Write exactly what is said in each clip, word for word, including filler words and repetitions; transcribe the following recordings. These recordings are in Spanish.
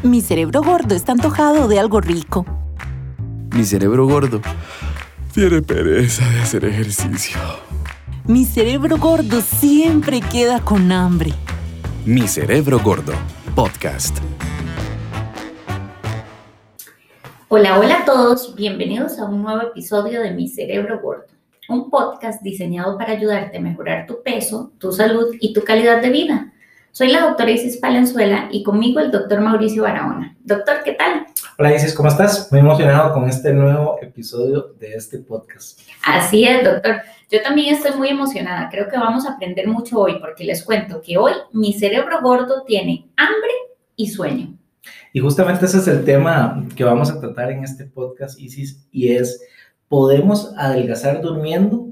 Mi cerebro gordo está antojado de algo rico. Mi cerebro gordo tiene pereza de hacer ejercicio. Mi cerebro gordo siempre queda con hambre. Mi cerebro gordo, podcast. Hola, hola a todos, bienvenidos a un nuevo episodio de Mi Cerebro Gordo, un podcast diseñado para ayudarte a mejorar tu peso, tu salud y tu calidad de vida. Soy la doctora Isis Palenzuela y conmigo el doctor Mauricio Barahona. Doctor, ¿qué tal? Hola Isis, ¿cómo estás? Muy emocionado con este nuevo episodio de este podcast. Así es, doctor. Yo también estoy muy emocionada. Creo que vamos a aprender mucho hoy porque les cuento que hoy mi cerebro gordo tiene hambre y sueño. Y justamente ese es el tema que vamos a tratar en este podcast, Isis, y es, ¿podemos adelgazar durmiendo?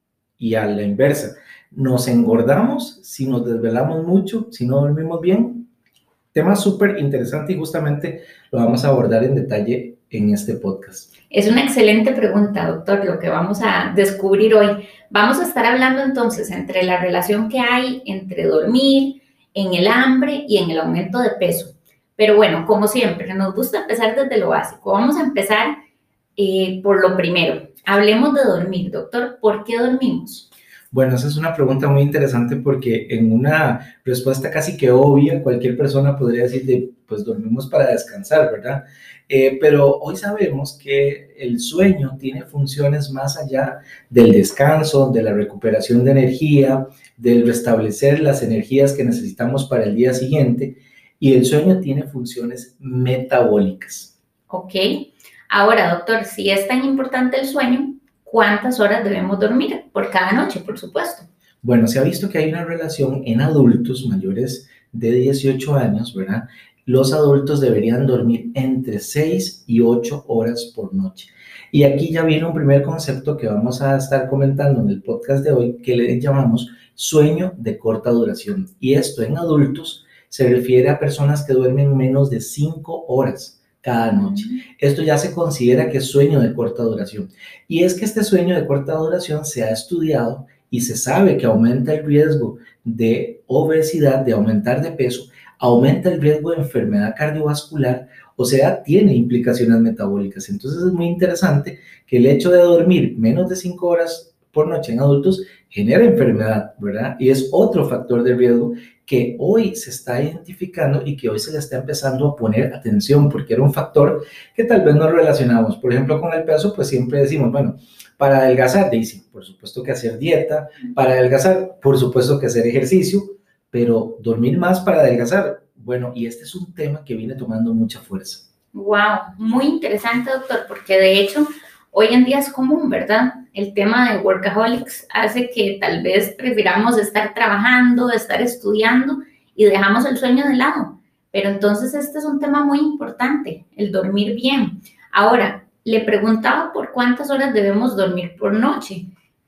Y a la inversa, ¿nos engordamos si nos desvelamos mucho, si no dormimos bien? Tema súper interesante y justamente lo vamos a abordar en detalle en este podcast. Es una excelente pregunta, doctor, lo que vamos a descubrir hoy. Vamos a estar hablando entonces entre la relación que hay entre dormir, en el hambre y en el aumento de peso. Pero bueno, como siempre, nos gusta empezar desde lo básico. Vamos a empezar eh, por lo primero. Hablemos de dormir, doctor. ¿Por qué dormimos? Bueno, esa es una pregunta muy interesante porque en una respuesta casi que obvia, cualquier persona podría decir de, pues dormimos para descansar, ¿verdad? Eh, pero hoy sabemos que el sueño tiene funciones más allá del descanso, de la recuperación de energía, del restablecer las energías que necesitamos para el día siguiente, y el sueño tiene funciones metabólicas. Ok. Ahora, doctor, si es tan importante el sueño, ¿cuántas horas debemos dormir? Por cada noche, por supuesto. Bueno, se ha visto que hay una relación en adultos mayores de dieciocho años, ¿verdad? Los adultos deberían dormir entre seis y ocho horas por noche. Y aquí ya viene un primer concepto que vamos a estar comentando en el podcast de hoy, que le llamamos sueño de corta duración. Y esto en adultos se refiere a personas que duermen menos de cinco horas cada noche. Esto ya se considera que es sueño de corta duración. Y es que este sueño de corta duración se ha estudiado y se sabe que aumenta el riesgo de obesidad, de aumentar de peso, aumenta el riesgo de enfermedad cardiovascular, o sea, tiene implicaciones metabólicas. Entonces es muy interesante que el hecho de dormir menos de cinco horas por noche en adultos genera enfermedad, ¿verdad? Y es otro factor de riesgo que hoy se está identificando y que hoy se le está empezando a poner atención, porque era un factor que tal vez no relacionamos. Por ejemplo, con el peso, pues siempre decimos, bueno, para adelgazar, Daisy, por supuesto que hacer dieta, para adelgazar, por supuesto que hacer ejercicio, pero dormir más para adelgazar, bueno, y este es un tema que viene tomando mucha fuerza. Wow, muy interesante, doctor, porque de hecho hoy en día es común, ¿verdad? El tema de workaholics hace que tal vez prefiramos estar trabajando, estar estudiando y dejamos el sueño de lado. Pero entonces este es un tema muy importante, el dormir bien. Ahora, le preguntaba por cuántas horas debemos dormir por noche,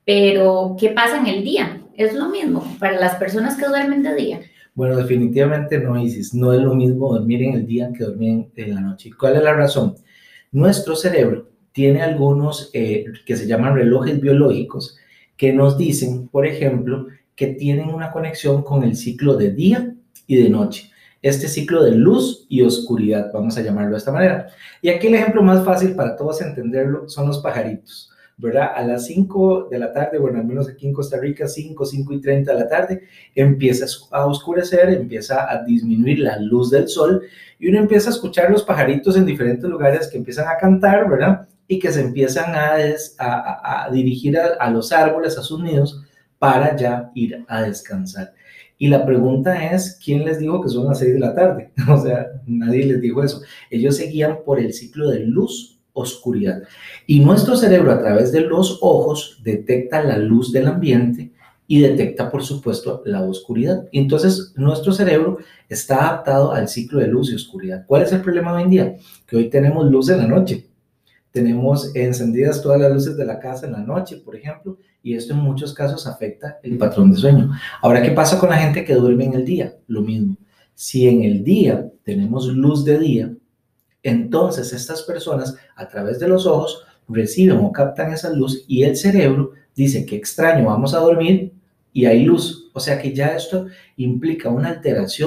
pero ¿qué pasa en el día? ¿Es lo mismo para las personas que duermen de día? Bueno, definitivamente no, Isis. No es lo mismo dormir en el día que dormir en, en la noche. ¿Cuál es la razón? Nuestro cerebro tiene algunos eh, que se llaman relojes biológicos que nos dicen, por ejemplo, que tienen una conexión con el ciclo de día y de noche. Este ciclo de luz y oscuridad, vamos a llamarlo de esta manera. Y aquí el ejemplo más fácil para todos entenderlo son los pajaritos, ¿verdad? A las cinco de la tarde, bueno, al menos aquí en Costa Rica, cinco, cinco y treinta de la tarde, empieza a oscurecer, empieza a disminuir la luz del sol y uno empieza a escuchar los pajaritos en diferentes lugares que empiezan a cantar, ¿verdad? Y que se empiezan a, des, a, a, a dirigir a, a los árboles, a sus nidos, para ya ir a descansar. Y la pregunta es, ¿quién les dijo que son las seis de la tarde? O sea, nadie les dijo eso. Ellos seguían por el ciclo de luz, oscuridad. Y nuestro cerebro, a través de los ojos, detecta la luz del ambiente y detecta, por supuesto, la oscuridad. Entonces, nuestro cerebro está adaptado al ciclo de luz y oscuridad. ¿Cuál es el problema hoy en día? Que hoy tenemos luz en la noche. Tenemos encendidas todas las luces de la casa en la noche, por ejemplo, y esto en muchos casos afecta el patrón de sueño. Ahora, ¿qué pasa con la gente que duerme en el día? Lo mismo. Si en el día tenemos luz de día, entonces estas personas a través de los ojos reciben o captan esa luz y el cerebro dice, qué extraño, vamos a dormir y hay luz. O sea que ya esto implica una alteración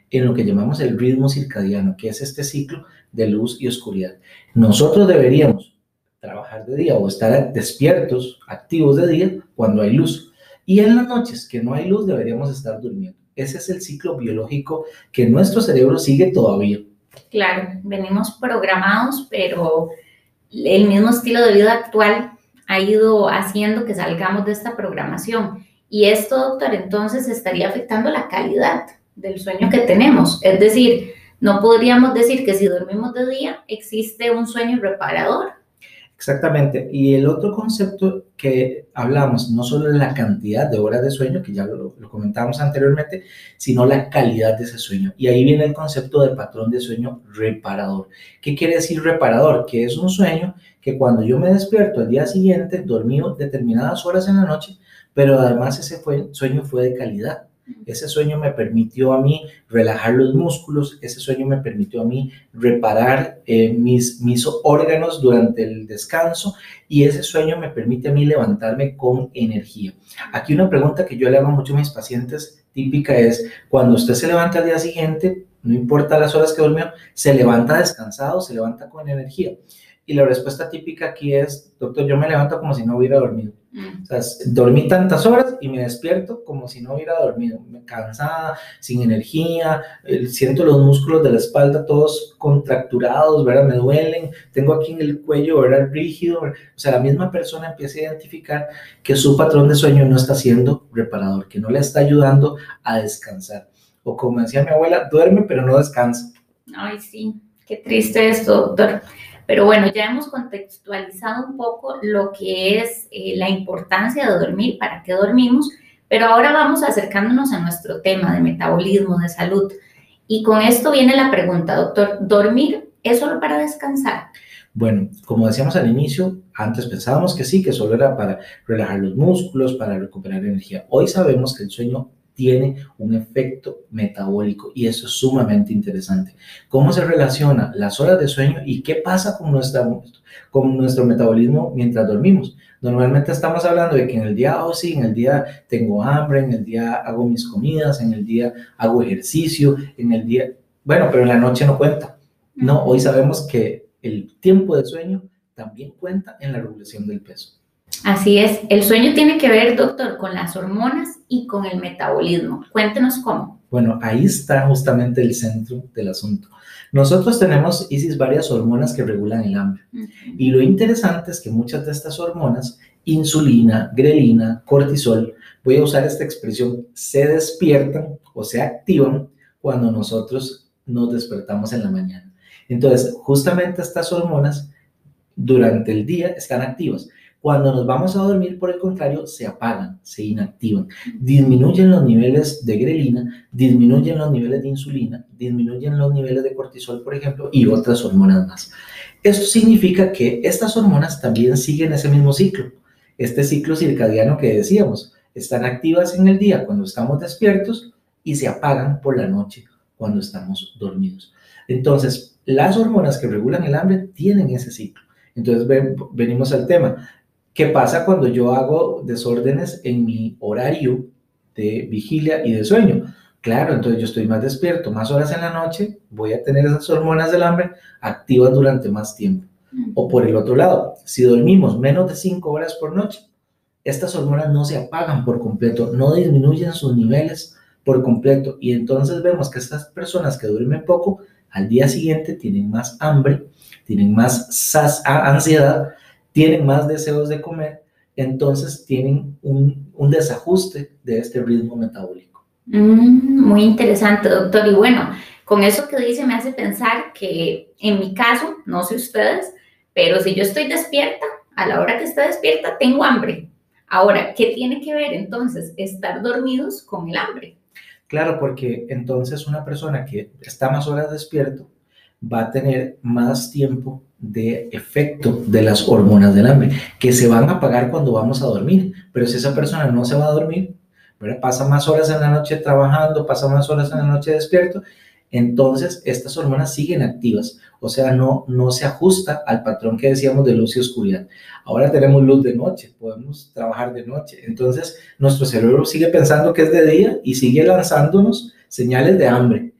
en lo que llamamos el ritmo circadiano, que es este ciclo de luz y oscuridad. Nosotros deberíamos trabajar de día o estar despiertos, activos de día, cuando hay luz. Y en las noches que no hay luz deberíamos estar durmiendo. Ese es el ciclo biológico que nuestro cerebro sigue todavía. Claro, venimos programados, pero el mismo estilo de vida actual ha ido haciendo que salgamos de esta programación. Y esto, doctor, entonces estaría afectando la calidad del sueño que tenemos. Es decir, no podríamos decir que si dormimos de día existe un sueño reparador. Exactamente. Y el otro concepto que hablamos, no solo de la cantidad de horas de sueño, que ya lo, lo comentábamos anteriormente, sino la calidad de ese sueño. Y ahí viene el concepto de patrón de sueño reparador. ¿Qué quiere decir reparador? Que es un sueño que cuando yo me despierto al día siguiente, dormí determinadas horas en la noche, pero además ese fue, sueño fue de calidad. Ese sueño me permitió a mí relajar los músculos, ese sueño me permitió a mí reparar eh, mis, mis órganos durante el descanso y ese sueño me permite a mí levantarme con energía. Aquí una pregunta que yo le hago mucho a mis pacientes típica es, cuando usted se levanta al día siguiente, no importa las horas que durmió, ¿se levanta descansado, se levanta con energía? Y la respuesta típica aquí es, doctor, yo me levanto como si no hubiera dormido. Mm. O sea, dormí tantas horas y me despierto como si no hubiera dormido. Me cansada, sin energía, siento los músculos de la espalda todos contracturados, ¿verdad? Me duelen, tengo aquí en el cuello, ¿verdad? Rígido, ¿verdad? O sea, la misma persona empieza a identificar que su patrón de sueño no está siendo reparador, que no le está ayudando a descansar. O como decía mi abuela, duerme pero no descansa. Ay, sí, qué triste esto, doctor. Pero bueno, ya hemos contextualizado un poco lo que es eh, la importancia de dormir, para qué dormimos, pero ahora vamos acercándonos a nuestro tema de metabolismo, de salud. Y con esto viene la pregunta, doctor, ¿dormir es solo para descansar? Bueno, como decíamos al inicio, antes pensábamos que sí, que solo era para relajar los músculos, para recuperar energía. Hoy sabemos que el sueño tiene un efecto metabólico y eso es sumamente interesante. ¿Cómo se relaciona las horas de sueño y qué pasa con, nuestra, con nuestro metabolismo mientras dormimos? Normalmente estamos hablando de que en el día, oh sí, en el día tengo hambre, en el día hago mis comidas, en el día hago ejercicio, en el día, bueno, pero en la noche no cuenta. No, hoy sabemos que el tiempo de sueño también cuenta en la regulación del peso. Así es, el sueño tiene que ver, doctor, con las hormonas y con el metabolismo. Cuéntenos cómo. Bueno, ahí está justamente el centro del asunto. Nosotros tenemos, Isis, varias hormonas que regulan el hambre. Uh-huh. Y lo interesante es que muchas de estas hormonas, insulina, grelina, cortisol, voy a usar esta expresión, se despiertan o se activan cuando nosotros nos despertamos en la mañana. Entonces, justamente estas hormonas durante el día están activas. Cuando nos vamos a dormir, por el contrario, se apagan, se inactivan, disminuyen los niveles de grelina, disminuyen los niveles de insulina, disminuyen los niveles de cortisol, por ejemplo, y otras hormonas más. Esto significa que estas hormonas también siguen ese mismo ciclo, este ciclo circadiano que decíamos. Están activas en el día cuando estamos despiertos y se apagan por la noche cuando estamos dormidos. Entonces, las hormonas que regulan el hambre tienen ese ciclo. Entonces, ven, venimos al tema. ¿Qué pasa cuando yo hago desórdenes en mi horario de vigilia y de sueño? Claro, entonces yo estoy más despierto, más horas en la noche, voy a tener esas hormonas del hambre activas durante más tiempo. O por el otro lado, si dormimos menos de cinco horas por noche, estas hormonas no se apagan por completo, no disminuyen sus niveles por completo. Y entonces vemos que estas personas que duermen poco, al día siguiente tienen más hambre, tienen más sas- ansiedad, tienen más deseos de comer, entonces tienen un, un desajuste de este ritmo metabólico. Mm, muy interesante, doctor. Y bueno, con eso que dice me hace pensar que en mi caso, no sé ustedes, pero si yo estoy despierta, a la hora que estoy despierta, tengo hambre. Ahora, ¿qué tiene que ver entonces estar dormidos con el hambre? Claro, porque entonces una persona que está más horas despierto va a tener más tiempo de efecto de las hormonas del hambre, que se van a apagar cuando vamos a dormir. Pero si esa persona no se va a dormir, ¿verdad? Pasa más horas en la noche trabajando, pasa más horas en la noche despierto, entonces estas hormonas siguen activas, o sea, no, no se ajusta al patrón que decíamos de luz y oscuridad. Ahora tenemos luz de noche, podemos trabajar de noche, entonces nuestro cerebro sigue pensando que es de día y sigue lanzándonos señales de hambre.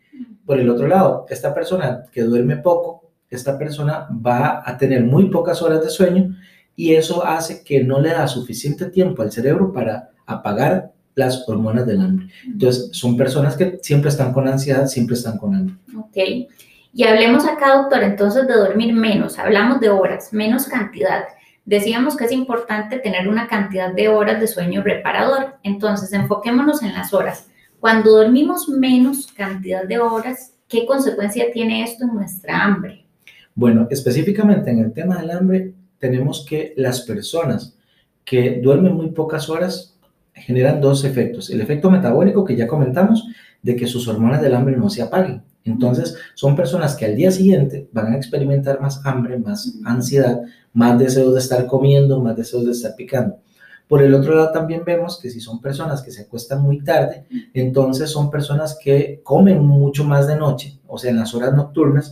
Por el otro lado, esta persona que duerme poco, esta persona va a tener muy pocas horas de sueño y eso hace que no le da suficiente tiempo al cerebro para apagar las hormonas del hambre. Entonces, son personas que siempre están con ansiedad, siempre están con hambre. Ok. Y hablemos acá, doctor, entonces de dormir menos. Hablamos de horas, menos cantidad. Decíamos que es importante tener una cantidad de horas de sueño reparador. Entonces, enfoquémonos en las horas. Cuando dormimos menos cantidad de horas, ¿qué consecuencia tiene esto en nuestra hambre? Bueno, específicamente en el tema del hambre, tenemos que las personas que duermen muy pocas horas generan dos efectos. El efecto metabólico que ya comentamos, de que sus hormonas del hambre no se apaguen. Entonces, son personas que al día siguiente van a experimentar más hambre, más ansiedad, más deseos de estar comiendo, más deseos de estar picando. Por el otro lado, también vemos que si son personas que se acuestan muy tarde, entonces son personas que comen mucho más de noche, o sea, en las horas nocturnas,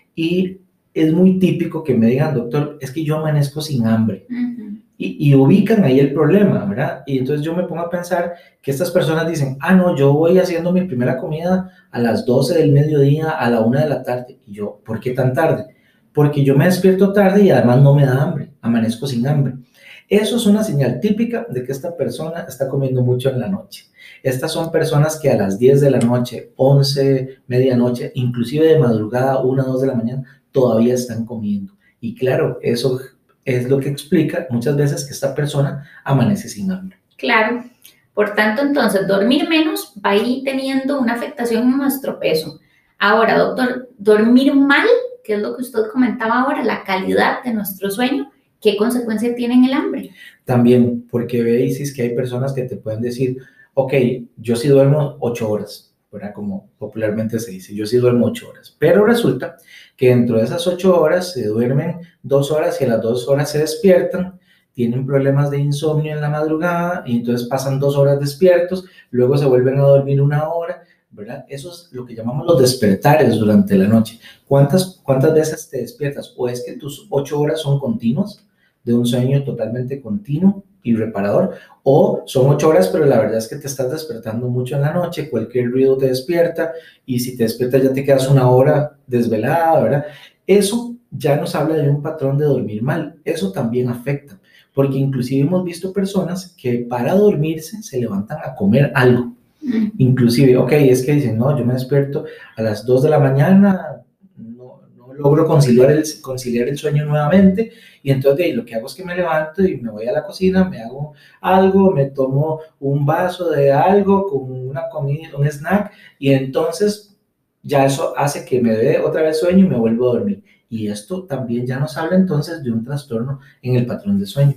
y es muy típico que me digan, doctor, es que yo amanezco sin hambre. Uh-huh. Y, y ubican ahí el problema, ¿verdad? Y entonces yo me pongo a pensar que estas personas dicen, ah, no, yo voy haciendo mi primera comida a las doce del mediodía, a la una de la tarde. Y yo, ¿por qué tan tarde? Porque yo me despierto tarde y además no me da hambre, amanezco sin hambre. Eso es una señal típica de que esta persona está comiendo mucho en la noche. Estas son personas que a las diez de la noche, once, medianoche, inclusive de madrugada, una, dos de la mañana, todavía están comiendo. Y claro, eso es lo que explica muchas veces que esta persona amanece sin hambre. Claro. Por tanto, entonces, dormir menos va a ir teniendo una afectación en nuestro peso. Ahora, doctor, dormir mal, que es lo que usted comentaba ahora, la calidad de nuestro sueño, ¿qué consecuencia tiene en el hambre? También, porque veis que hay personas que te pueden decir, ok, yo sí duermo ocho horas, ¿verdad? Como popularmente se dice, yo sí duermo ocho horas, pero resulta que dentro de esas ocho horas se duermen dos horas y a las dos horas se despiertan, tienen problemas de insomnio en la madrugada y entonces pasan dos horas despiertos, luego se vuelven a dormir una hora, ¿verdad? Eso es lo que llamamos los despertares durante la noche. ¿Cuántas, cuántas veces te despiertas? ¿O es que tus ocho horas son continuas, de un sueño totalmente continuo y reparador? ¿O son ocho horas, pero la verdad es que te estás despertando mucho en la noche, cualquier ruido te despierta y si te despiertas ya te quedas una hora desvelada, ¿verdad? Eso ya nos habla de un patrón de dormir mal. Eso también afecta, porque inclusive hemos visto personas que para dormirse se levantan a comer algo. Inclusive, ok, es que dicen, no, yo me despierto a las dos de la mañana, no, no logro conciliar el, conciliar el sueño nuevamente, y entonces de, lo que hago es que me levanto y me voy a la cocina, me hago algo, me tomo un vaso de algo con una comida, un snack, y entonces ya eso hace que me dé otra vez sueño y me vuelvo a dormir. Y esto también ya nos habla entonces de un trastorno en el patrón de sueño.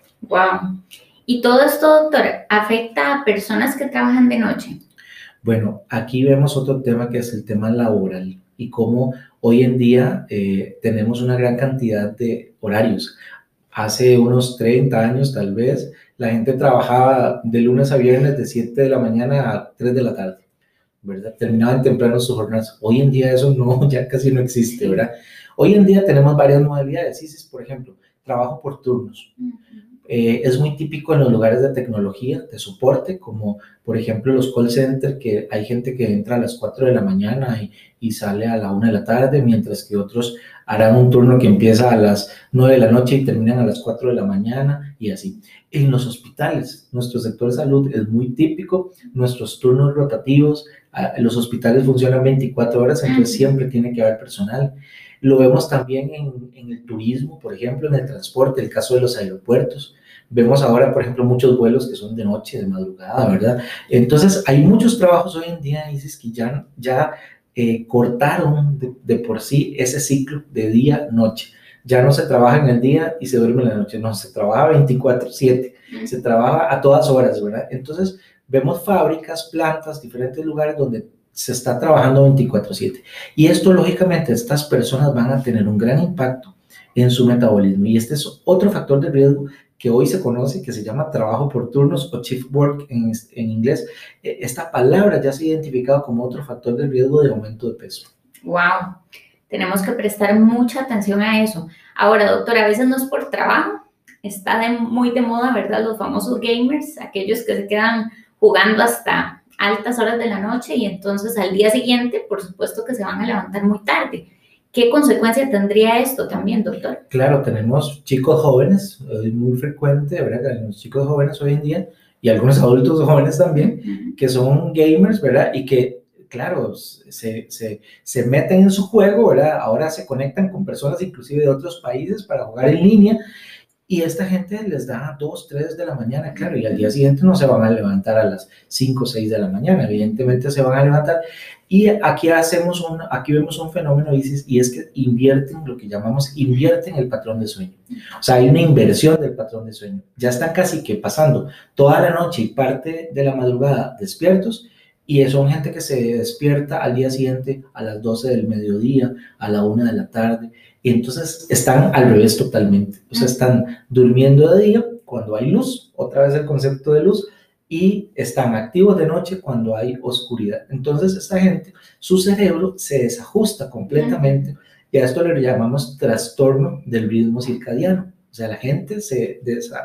Wow. ¿Y todo esto, doctor, afecta a personas que trabajan de noche? Bueno, aquí vemos otro tema que es el tema laboral y cómo hoy en día eh, tenemos una gran cantidad de horarios. Hace unos treinta años tal vez, la gente trabajaba de lunes a viernes de siete de la mañana a tres de la tarde, ¿verdad? Terminaban temprano sus jornadas. Hoy en día eso no, ya casi no existe, ¿verdad? Hoy en día tenemos varias modalidades. Sí, sí, por ejemplo, trabajo por turnos. Uh-huh. Eh, es muy típico en los lugares de tecnología, de soporte, como por ejemplo los call centers, que hay gente que entra a las cuatro de la mañana y, y sale a la una de la tarde, mientras que otros harán un turno que empieza a las nueve de la noche y terminan a las cuatro de la mañana y así. En los hospitales, nuestro sector de salud es muy típico, nuestros turnos rotativos, los hospitales funcionan veinticuatro horas, entonces siempre tiene que haber personal. Lo vemos también en, en el turismo, por ejemplo, en el transporte, el caso de los aeropuertos. Vemos ahora, por ejemplo, muchos vuelos que son de noche, de madrugada, ¿verdad? Entonces, hay muchos trabajos hoy en día, dices, que ya, ya eh, cortaron de, de por sí ese ciclo de día-noche. Ya no se trabaja en el día y se duerme en la noche, no, se trabaja veinticuatro siete, se trabaja a todas horas, ¿verdad? Entonces, vemos fábricas, plantas, diferentes lugares donde se está trabajando veinticuatro siete. Y esto, lógicamente, estas personas van a tener un gran impacto en su metabolismo. Y este es otro factor de riesgo que hoy se conoce, que se llama trabajo por turnos o shift work en, en inglés. Esta palabra ya se ha identificado como otro factor de riesgo de aumento de peso. ¡Wow! Tenemos que prestar mucha atención a eso. Ahora, doctora, a veces no es por trabajo. Está de, muy de moda, ¿verdad? Los famosos gamers, aquellos que se quedan jugando hasta altas horas de la noche y entonces al día siguiente, por supuesto que se van a levantar muy tarde. ¿Qué consecuencia tendría esto también, doctor? Claro, tenemos chicos jóvenes, es muy frecuente, ¿verdad? Los chicos jóvenes hoy en día y algunos adultos jóvenes también, uh-huh. que son gamers, ¿verdad? Y que, claro, se, se, se meten en su juego, ¿verdad? Ahora se conectan con personas inclusive de otros países para jugar en línea. Y esta gente les da dos, tres de la mañana, claro, y al día siguiente no se van a levantar a las cinco, seis de la mañana, evidentemente se van a levantar. Y aquí hacemos un, aquí vemos un fenómeno, Isis, y es que invierten, lo que llamamos, invierten el patrón de sueño. O sea, hay una inversión del patrón de sueño. Ya están casi que pasando toda la noche y parte de la madrugada despiertos, y son gente que se despierta al día siguiente a las doce del mediodía, a la una de la tarde, y entonces están al revés totalmente. O sea, están durmiendo de día cuando hay luz, otra vez el concepto de luz, y están activos de noche cuando hay oscuridad. Entonces, esta gente, su cerebro se desajusta completamente, y a esto le llamamos trastorno del ritmo circadiano. O sea, la gente, se,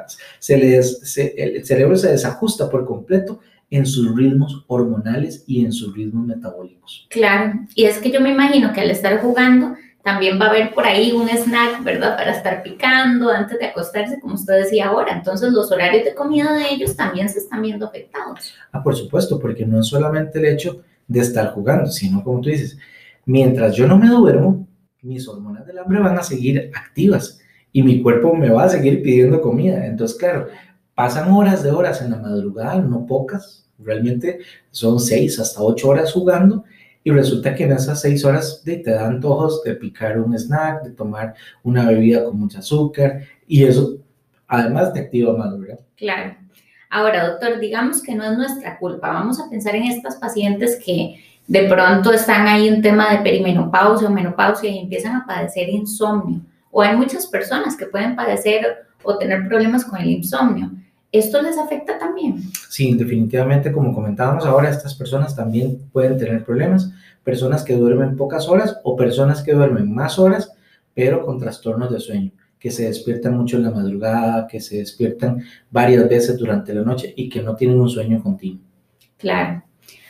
se les, se, el cerebro se desajusta por completo en sus ritmos hormonales y en sus ritmos metabólicos. Claro, y es que yo me imagino que al estar jugando también va a haber por ahí un snack, ¿verdad? Para estar picando antes de acostarse, como usted decía ahora. Entonces los horarios de comida de ellos también se están viendo afectados. Ah, por supuesto, porque no es solamente el hecho de estar jugando, sino como tú dices, mientras yo no me duermo, mis hormonas del hambre van a seguir activas y mi cuerpo me va a seguir pidiendo comida. Entonces, claro, pasan horas de horas en la madrugada, no pocas, realmente son seis hasta ocho horas jugando, y resulta que en esas seis horas de, te dan antojos de picar un snack, de tomar una bebida con mucho azúcar, y eso además te activa más, ¿verdad? Claro. Ahora, doctor, digamos que no es nuestra culpa. Vamos a pensar en estas pacientes que de pronto están ahí en tema de perimenopausia o menopausia y empiezan a padecer insomnio. O hay muchas personas que pueden padecer o tener problemas con el insomnio. ¿Esto les afecta también? Sí, definitivamente, como comentábamos ahora, estas personas también pueden tener problemas. Personas que duermen pocas horas o personas que duermen más horas, pero con trastornos de sueño, que se despiertan mucho en la madrugada, que se despiertan varias veces durante la noche y que no tienen un sueño continuo. Claro.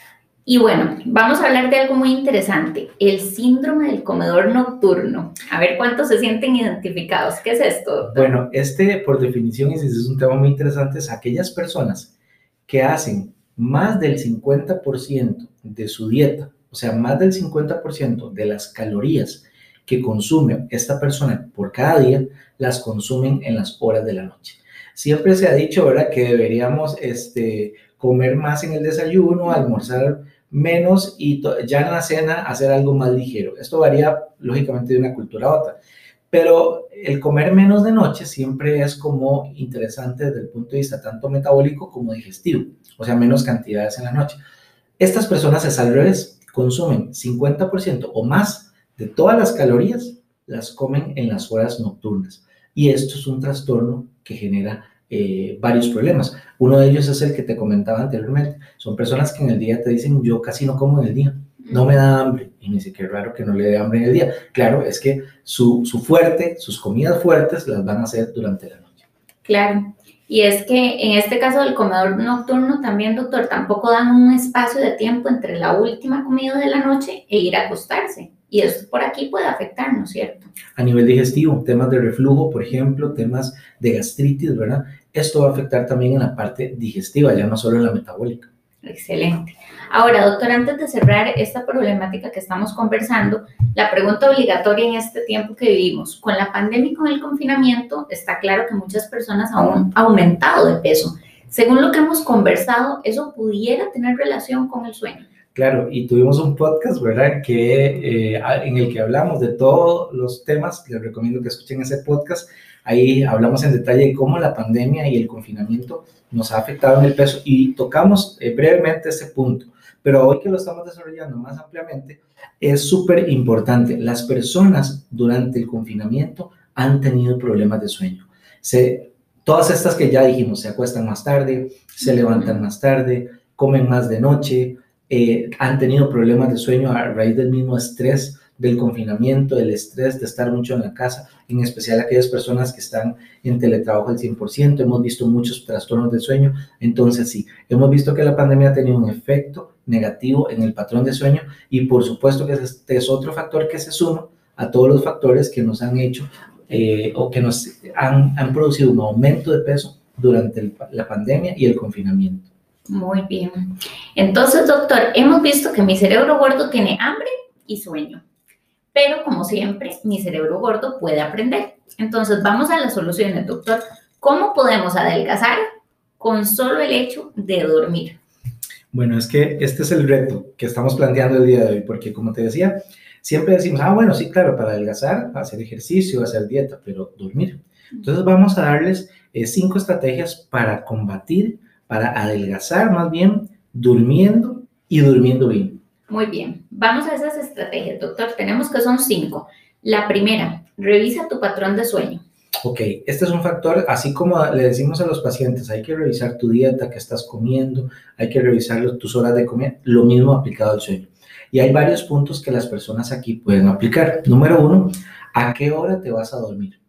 Y bueno, vamos a hablar de algo muy interesante, el síndrome del comedor nocturno. A ver cuántos se sienten identificados. ¿Qué es esto, doctor? Bueno, este por definición es, es un tema muy interesante, es aquellas personas que hacen más del cincuenta por ciento de su dieta, o sea, más del cincuenta por ciento de las calorías que consume esta persona por cada día, las consumen en las horas de la noche. Siempre se ha dicho, ¿verdad?, que deberíamos este, comer más en el desayuno, almorzar menos y ya en la cena hacer algo más ligero. Esto varía lógicamente de una cultura a otra, pero el comer menos de noche siempre es como interesante desde el punto de vista tanto metabólico como digestivo, o sea, menos cantidades en la noche. Estas personas es al revés, consumen cincuenta por ciento o más de todas las calorías, las comen en las horas nocturnas, y esto es un trastorno que genera Eh, varios problemas. Uno de ellos es el que te comentaba anteriormente. Son personas que en el día te dicen, yo casi no como en el día, no me da hambre, y me dice que es raro que no le dé hambre en el día. Claro, es que su, su fuerte, sus comidas fuertes las van a hacer durante la noche. Claro, y es que en este caso del comedor nocturno también, doctor, tampoco dan un espacio de tiempo entre la última comida de la noche e ir a acostarse. Y esto por aquí puede afectarnos, ¿cierto? A nivel digestivo, temas de reflujo, por ejemplo, temas de gastritis, ¿verdad? Esto va a afectar también en la parte digestiva, ya no solo en la metabólica. Excelente. Ahora, doctor, antes de cerrar esta problemática que estamos conversando, la pregunta obligatoria en este tiempo que vivimos, con la pandemia y con el confinamiento, está claro que muchas personas han aumentado de peso. Según lo que hemos conversado, ¿eso pudiera tener relación con el sueño? Claro, y tuvimos un podcast, ¿verdad?, que, eh, en el que hablamos de todos los temas. Les recomiendo que escuchen ese podcast. Ahí hablamos en detalle de cómo la pandemia y el confinamiento nos ha afectado en el peso y tocamos eh, brevemente ese punto. Pero hoy que lo estamos desarrollando más ampliamente, es súper importante. Las personas durante el confinamiento han tenido problemas de sueño. Se, todas estas que ya dijimos, se acuestan más tarde, se levantan más tarde, comen más de noche, Eh, han tenido problemas de sueño a raíz del mismo estrés del confinamiento, del estrés, de estar mucho en la casa, en especial aquellas personas que están en teletrabajo al cien por ciento. Hemos visto muchos trastornos del sueño. Entonces sí, hemos visto que la pandemia ha tenido un efecto negativo en el patrón de sueño y por supuesto que este es otro factor que se suma a todos los factores que nos han hecho eh, o que nos han, han producido un aumento de peso durante el, la pandemia y el confinamiento. Muy bien. Entonces, doctor, hemos visto que mi cerebro gordo tiene hambre y sueño, pero como siempre, mi cerebro gordo puede aprender. Entonces, vamos a las soluciones, doctor. ¿Cómo podemos adelgazar con solo el hecho de dormir? Bueno, es que este es el reto que estamos planteando el día de hoy, porque como te decía, siempre decimos, ah, bueno, sí, claro, para adelgazar, hacer ejercicio, hacer dieta, pero dormir. Entonces vamos a darles eh, cinco estrategias para combatir, para adelgazar más bien, durmiendo y durmiendo bien. Muy bien, vamos a esas estrategias, doctor. Tenemos que son cinco. La primera, revisa tu patrón de sueño. Ok, este es un factor, así como le decimos a los pacientes, hay que revisar tu dieta, qué estás comiendo, hay que revisar tus horas de comida, lo mismo aplicado al sueño. Y hay varios puntos que las personas aquí pueden aplicar. Número uno, ¿a qué hora te vas a dormir?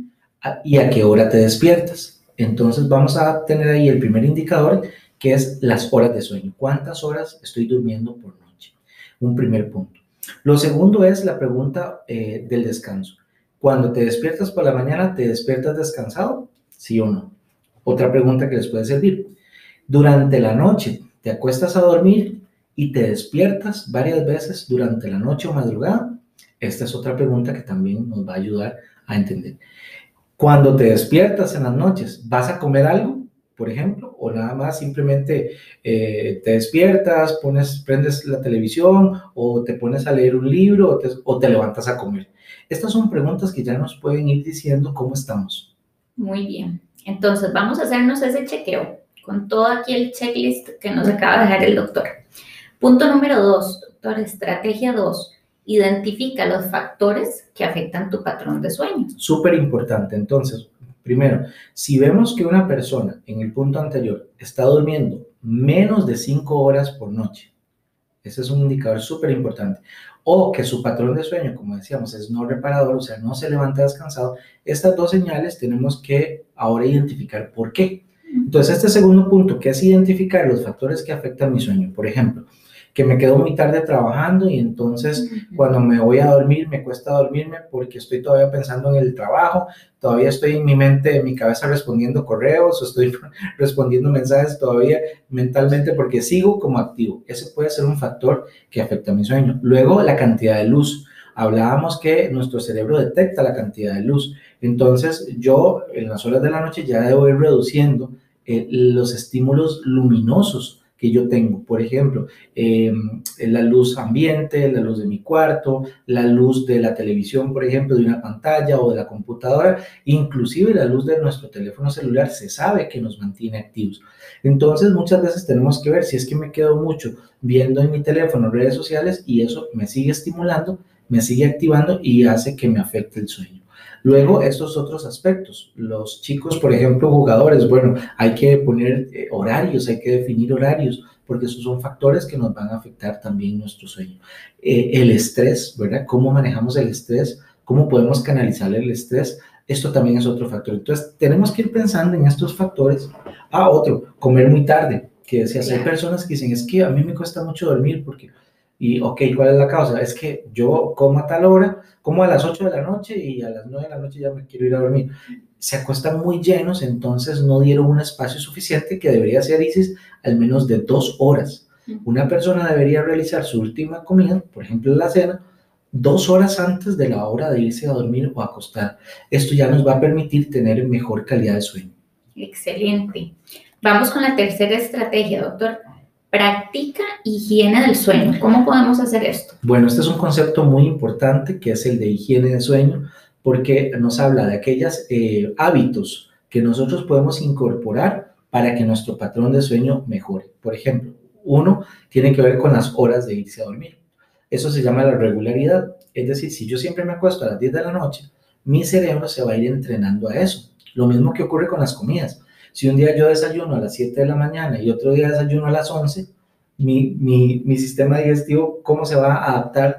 ¿Y a qué hora te despiertas? Entonces vamos a tener ahí el primer indicador, que es las horas de sueño. ¿Cuántas horas estoy durmiendo por noche? Un primer punto. Lo segundo es la pregunta eh, del descanso. Cuando te despiertas por la mañana, ¿te despiertas descansado? ¿Sí o no? Otra pregunta que les puede servir. Durante la noche, ¿te acuestas a dormir y te despiertas varias veces durante la noche o madrugada? Esta es otra pregunta que también nos va a ayudar a entender. Cuando te despiertas en las noches, ¿vas a comer algo, por ejemplo? ¿O nada más simplemente eh, te despiertas, pones, prendes la televisión o te pones a leer un libro o te, o te levantas a comer? Estas son preguntas que ya nos pueden ir diciendo cómo estamos. Muy bien. Entonces, vamos a hacernos ese chequeo con todo aquí el checklist que nos acaba de dejar el doctor. Punto número dos, doctor, estrategia dos. Identifica los factores que afectan tu patrón de sueño. Súper importante. Entonces, primero, si vemos que una persona en el punto anterior está durmiendo menos de cinco horas por noche, ese es un indicador súper importante, o que su patrón de sueño, como decíamos, es no reparador, o sea, no se levanta descansado, estas dos señales tenemos que ahora identificar por qué. Entonces, este segundo punto, que es identificar los factores que afectan mi sueño. Por ejemplo, que me quedo muy tarde trabajando y entonces uh-huh. cuando me voy a dormir me cuesta dormirme porque estoy todavía pensando en el trabajo, todavía estoy en mi mente, en mi cabeza respondiendo correos o estoy respondiendo mensajes todavía mentalmente porque sigo como activo. Ese puede ser un factor que afecta mi sueño. Luego, la cantidad de luz. Hablábamos que nuestro cerebro detecta la cantidad de luz. Entonces, yo en las horas de la noche ya debo ir reduciendo eh, los estímulos luminosos que yo tengo. Por ejemplo, eh, la luz ambiente, la luz de mi cuarto, la luz de la televisión, por ejemplo, de una pantalla o de la computadora, inclusive la luz de nuestro teléfono celular se sabe que nos mantiene activos. Entonces, muchas veces tenemos que ver si es que me quedo mucho viendo en mi teléfono redes sociales y eso me sigue estimulando, me sigue activando y hace que me afecte el sueño. Luego, estos otros aspectos, los chicos, por ejemplo, jugadores, bueno, hay que poner eh, horarios, hay que definir horarios, porque esos son factores que nos van a afectar también nuestro sueño. Eh, el estrés, ¿verdad? ¿Cómo manejamos el estrés? ¿Cómo podemos canalizar el estrés? Esto también es otro factor. Entonces, tenemos que ir pensando en estos factores. Ah, otro, comer muy tarde, que decías, hay personas que dicen, es que a mí me cuesta mucho dormir porque... Y, ok, ¿cuál es la causa? Es que yo como a tal hora, como a las ocho de la noche y a las nueve de la noche ya me quiero ir a dormir. Se acuestan muy llenos, entonces no dieron un espacio suficiente que debería ser, dices, al menos de dos horas. Una persona debería realizar su última comida, por ejemplo la cena, dos horas antes de la hora de irse a dormir o a acostar. Esto ya nos va a permitir tener mejor calidad de sueño. Excelente. Vamos con la tercera estrategia, doctor. Practica higiene del sueño. ¿Cómo podemos hacer esto? Bueno, este es un concepto muy importante que es el de higiene del sueño porque nos habla de aquellos eh, hábitos que nosotros podemos incorporar para que nuestro patrón de sueño mejore. Por ejemplo, uno tiene que ver con las horas de irse a dormir. Eso se llama la regularidad. Es decir, si yo siempre me acuesto a las diez de la noche, mi cerebro se va a ir entrenando a eso. Lo mismo que ocurre con las comidas. Si un día yo desayuno a las siete de la mañana y otro día desayuno a las once, mi, mi, mi sistema digestivo, ¿cómo se va a adaptar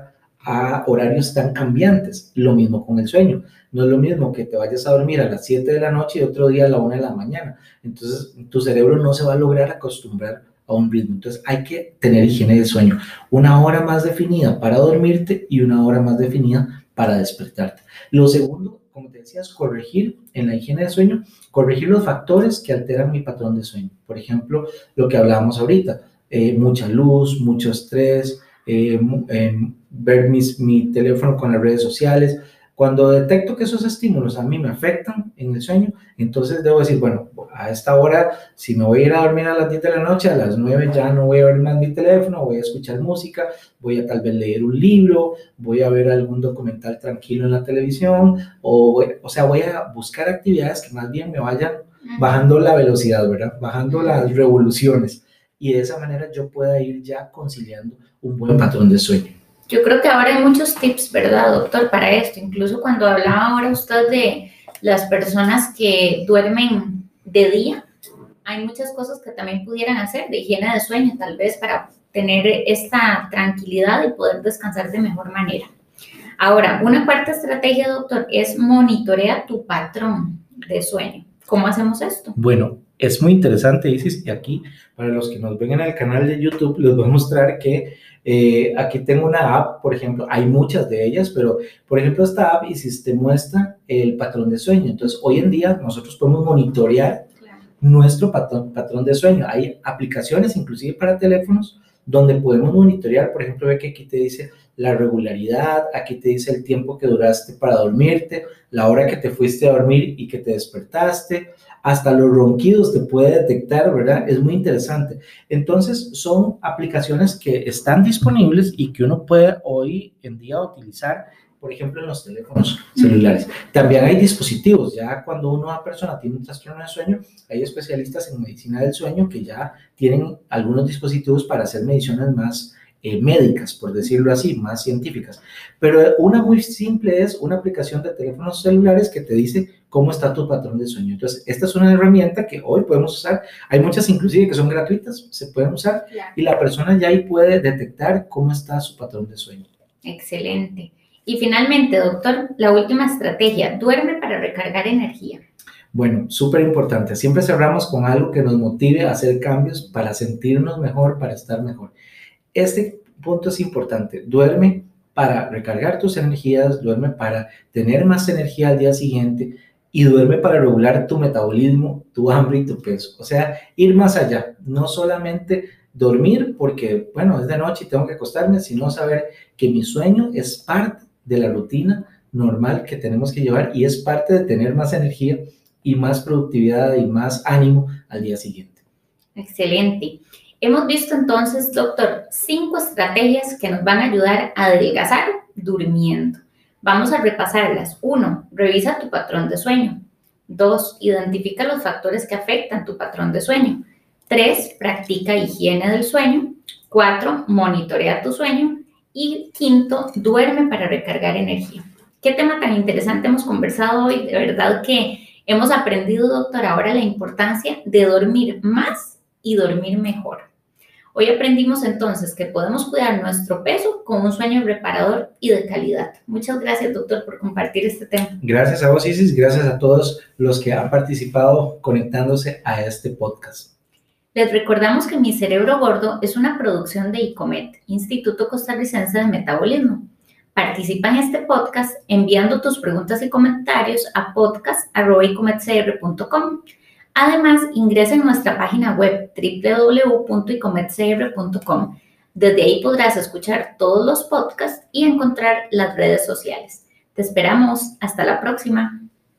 a horarios tan cambiantes. Lo mismo con el sueño. No es lo mismo que te vayas a dormir a las siete de la noche y otro día a la una de la mañana. Entonces, tu cerebro no se va a lograr acostumbrar a un ritmo. Entonces, hay que tener higiene del sueño. Una hora más definida para dormirte y una hora más definida para despertarte. Lo segundo, como te decía, es corregir en la higiene del sueño, corregir los factores que alteran mi patrón de sueño. Por ejemplo, lo que hablábamos ahorita, eh, mucha luz, mucho estrés, eh, eh, ver mis, mi teléfono con las redes sociales. Cuando detecto que esos estímulos a mí me afectan en el sueño, entonces debo decir, bueno, a esta hora, si me voy a ir a dormir a las diez de la noche, a las nueve ya no voy a ver más mi teléfono, voy a escuchar música, voy a tal vez leer un libro, voy a ver algún documental tranquilo en la televisión, o, voy, o sea, voy a buscar actividades que más bien me vayan bajando la velocidad, ¿verdad? Bajando las revoluciones. Y de esa manera yo pueda ir ya conciliando un buen patrón de sueño. Yo creo que ahora hay muchos tips, ¿verdad, doctor, para esto? Incluso cuando hablaba ahora usted de las personas que duermen de día, hay muchas cosas que también pudieran hacer de higiene de sueño, tal vez para tener esta tranquilidad y poder descansar de mejor manera. Ahora, una cuarta estrategia, doctor, es monitorear tu patrón de sueño. ¿Cómo hacemos esto? Bueno, es muy interesante, Isis, y aquí, para los que nos ven en el canal de YouTube, les voy a mostrar que eh, aquí tengo una app, por ejemplo, hay muchas de ellas, pero, por ejemplo, esta app, Isis, te muestra el patrón de sueño. Entonces, hoy en día, nosotros podemos monitorear claro. nuestro patrón, patrón de sueño. Hay aplicaciones, inclusive para teléfonos, donde podemos monitorear, por ejemplo, ve que aquí te dice la regularidad, aquí te dice el tiempo que duraste para dormirte, la hora que te fuiste a dormir y que te despertaste, hasta los ronquidos te puede detectar, ¿verdad? Es muy interesante. Entonces, son aplicaciones que están disponibles y que uno puede hoy en día utilizar, por ejemplo, en los teléfonos celulares. También hay dispositivos, ya cuando una persona tiene un trastorno de sueño, hay especialistas en medicina del sueño que ya tienen algunos dispositivos para hacer mediciones más eh, médicas, por decirlo así, más científicas. Pero una muy simple es una aplicación de teléfonos celulares que te dice cómo está tu patrón de sueño. Entonces, esta es una herramienta que hoy podemos usar. Hay muchas inclusive que son gratuitas, se pueden usar, claro. y la persona ya ahí puede detectar cómo está su patrón de sueño. Excelente. Y finalmente, doctor, la última estrategia, duerme para recargar energía. Bueno, súper importante. Siempre cerramos con algo que nos motive a hacer cambios para sentirnos mejor, para estar mejor. Este punto es importante. Duerme para recargar tus energías, duerme para tener más energía al día siguiente y duerme para regular tu metabolismo, tu hambre y tu peso. O sea, ir más allá, no solamente dormir porque, bueno, es de noche y tengo que acostarme, sino saber que mi sueño es parte de la rutina normal que tenemos que llevar y es parte de tener más energía y más productividad y más ánimo al día siguiente. Excelente. Hemos visto entonces, doctor, cinco estrategias que nos van a ayudar a adelgazar durmiendo. Vamos a repasarlas. Uno, revisa tu patrón de sueño. Dos, identifica los factores que afectan tu patrón de sueño. Tres, practica higiene del sueño. Cuatro, monitorea tu sueño. Y quinto, duerme para recargar energía. ¿Qué tema tan interesante hemos conversado hoy? De verdad que hemos aprendido, doctor, ahora la importancia de dormir más y dormir mejor. Hoy aprendimos entonces que podemos cuidar nuestro peso con un sueño reparador y de calidad. Muchas gracias, doctor, por compartir este tema. Gracias a vos, Isis. Gracias a todos los que han participado conectándose a este podcast. Les recordamos que Mi Cerebro Gordo es una producción de ICOMET, Instituto Costarricense de Metabolismo. Participa en este podcast enviando tus preguntas y comentarios a podcast arroba icomet c r punto com. Además, ingresa en nuestra página web doble u doble u doble u punto icomet c r punto com. Desde ahí podrás escuchar todos los podcasts y encontrar las redes sociales. Te esperamos. Hasta la próxima.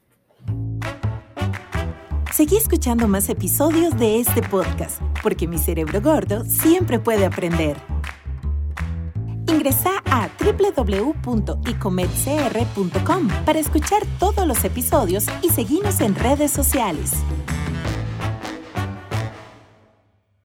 Seguí escuchando más episodios de este podcast, porque Mi Cerebro Gordo siempre puede aprender. Ingresa a doble u doble u doble u punto icomet c r punto com para escuchar todos los episodios y seguirnos en redes sociales.